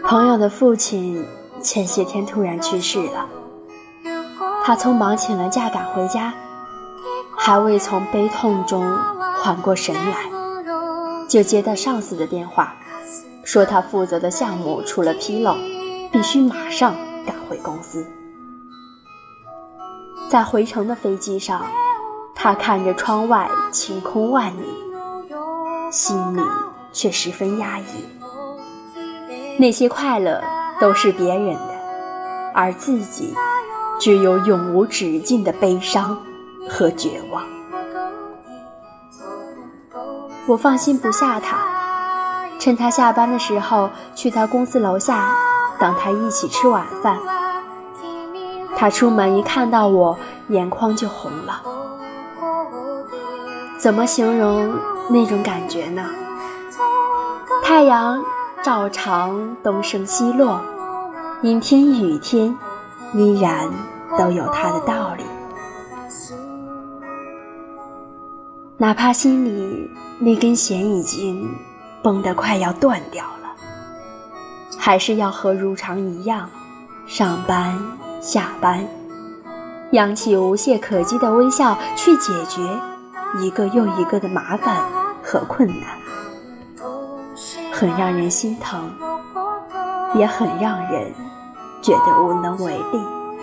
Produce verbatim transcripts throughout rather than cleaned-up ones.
朋友的父亲前些天突然去世了，他匆忙请了假赶回家，还未从悲痛中缓过神来，就接到上司的电话，说他负责的项目出了纰漏，必须马上赶回公司。在回程的飞机上，他看着窗外晴空万里，心里却十分压抑。那些快乐都是别人的，而自己只有永无止境的悲伤和绝望。我放心不下他，趁他下班的时候去他公司楼下等他一起吃晚饭。他出门一看到我，眼眶就红了。怎么形容那种感觉呢？太阳照常东升西落，阴天雨天依然都有它的道理。哪怕心里那根弦已经绷得快要断掉了，还是要和如常一样上班下班，扬起无懈可击的微笑去解决一个又一个的麻烦和困难，很让人心疼，也很让人觉得无能为力。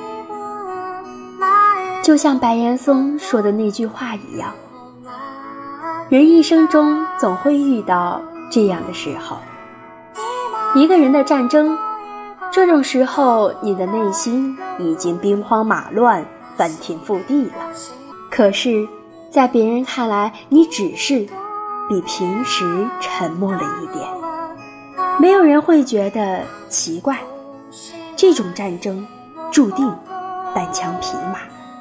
就像白岩松说的那句话一样，人一生中总会遇到这样的时候，一个人的战争，这种时候你的内心已经兵荒马乱，翻天覆地了，可是在别人看来，你只是比平时沉默了一点，没有人会觉得奇怪。这种战争注定单枪匹马，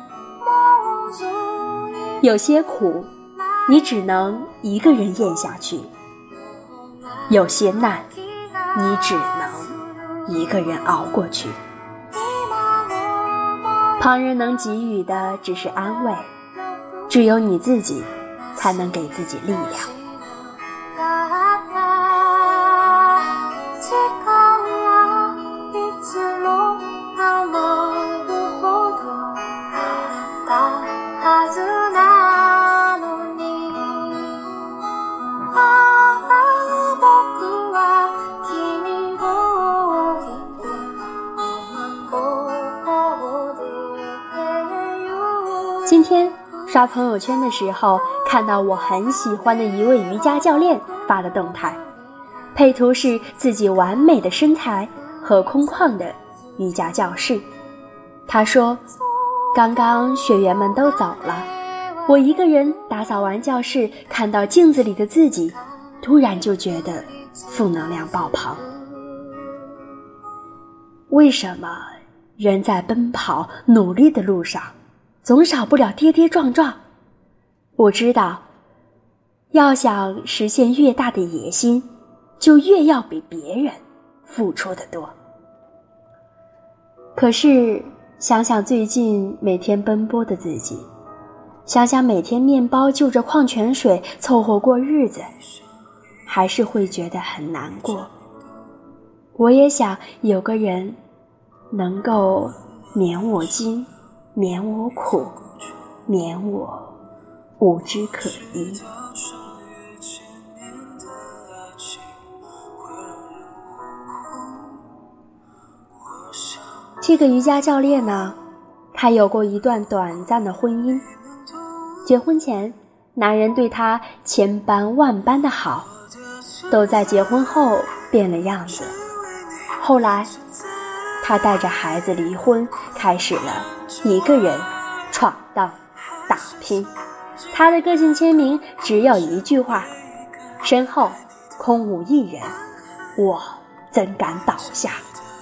有些苦你只能一个人咽下去，有些难你只能一个人熬过去。旁人能给予的只是安慰，只有你自己才能给自己力量。今天刷朋友圈的时候，看到我很喜欢的一位瑜伽教练发的动态，配图是自己完美的身材和空旷的瑜伽教室。他说，刚刚学员们都走了，我一个人打扫完教室，看到镜子里的自己，突然就觉得负能量爆棚。为什么人在奔跑努力的路上总少不了跌跌撞撞？我知道，要想实现越大的野心，就越要比别人付出的多。可是想想最近每天奔波的自己，想想每天面包就着矿泉水凑合过日子，还是会觉得很难过。我也想有个人能够免我惊，免我苦，免我无枝可依。这个瑜伽教练呢，他有过一段短暂的婚姻。结婚前，男人对他千般万般的好，都在结婚后变了样子。后来他带着孩子离婚，开始了一个人闯荡打拼。他的个性签名只有一句话：身后空无一人，我怎敢倒下。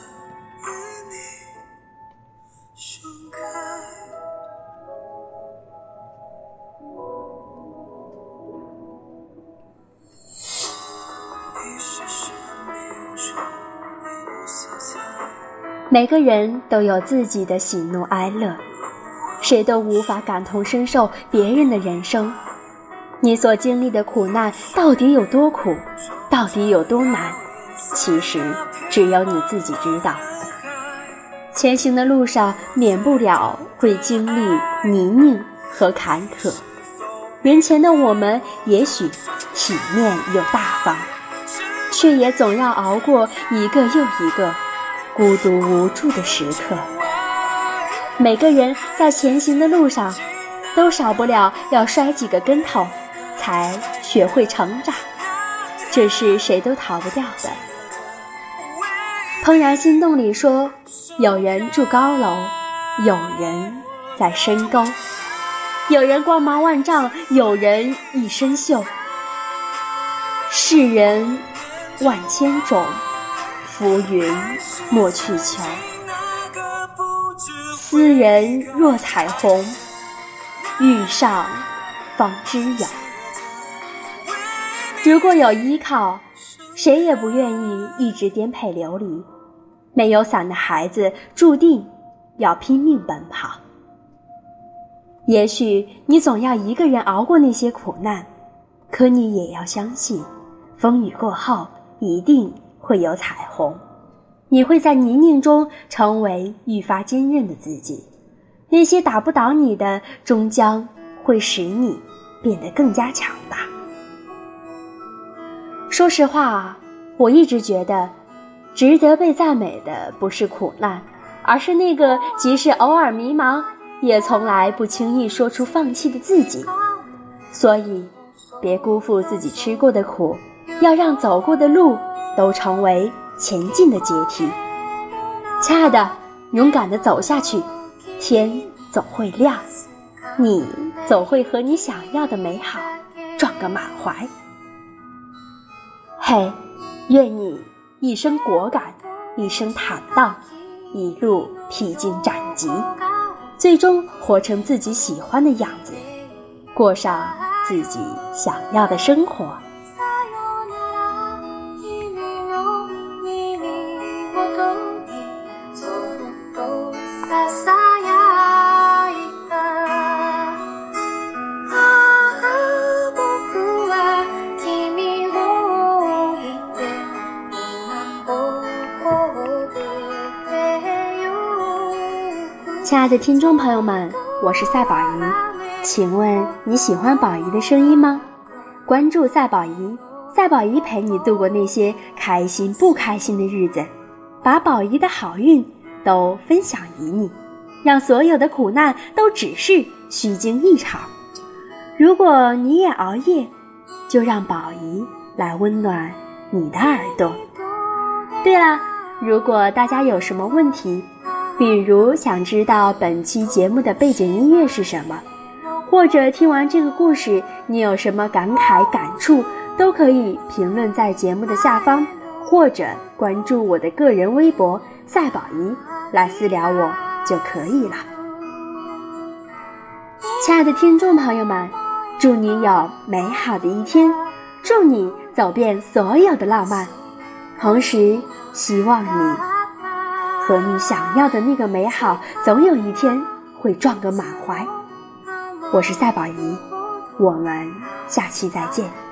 每个人都有自己的喜怒哀乐，谁都无法感同身受别人的人生。你所经历的苦难到底有多苦，到底有多难，其实只只有你自己知道。前行的路上免不了会经历泥泞和坎坷，人前的我们也许体面又大方，却也总要熬过一个又一个孤独无助的时刻。每个人在前行的路上都少不了要摔几个跟头才学会成长，这是谁都逃不掉的。怦然心动里说，有人住高楼，有人在深沟，有人光芒万丈，有人一身锈。世人万千种，浮云莫去求。斯人若彩虹，遇上方知有。如果有依靠，谁也不愿意一直颠沛流离。没有伞的孩子注定要拼命奔跑。也许你总要一个人熬过那些苦难，可你也要相信，风雨过后一定会有彩虹。你会在泥泞中成为愈发坚韧的自己，那些打不倒你的，终将会使你变得更加强大。说实话，我一直觉得值得被赞美的不是苦难，而是那个即使偶尔迷茫也从来不轻易说出放弃的自己。所以别辜负自己吃过的苦，要让走过的路都成为前进的阶梯。亲爱的，勇敢地走下去，天总会亮，你总会和你想要的美好撞个满怀。嘿，愿你一生果敢，一生坦荡，一路披荆斩棘，最终活成自己喜欢的样子，过上自己想要的生活。亲爱的听众朋友们，我是赛宝仪，请问你喜欢宝仪的声音吗？关注赛宝仪，赛宝仪陪你度过那些开心不开心的日子，把宝仪的好运都分享于你，让所有的苦难都只是虚惊一场。如果你也熬夜，就让宝仪来温暖你的耳朵。对了，如果大家有什么问题，比如想知道本期节目的背景音乐是什么，或者听完这个故事你有什么感慨感触，都可以评论在节目的下方，或者关注我的个人微博赛宝仪来私聊我就可以了。亲爱的听众朋友们，祝你有美好的一天，祝你走遍所有的浪漫，同时希望你和你想要的那个美好总有一天会撞个满怀。我是赛宝仪，我们下期再见。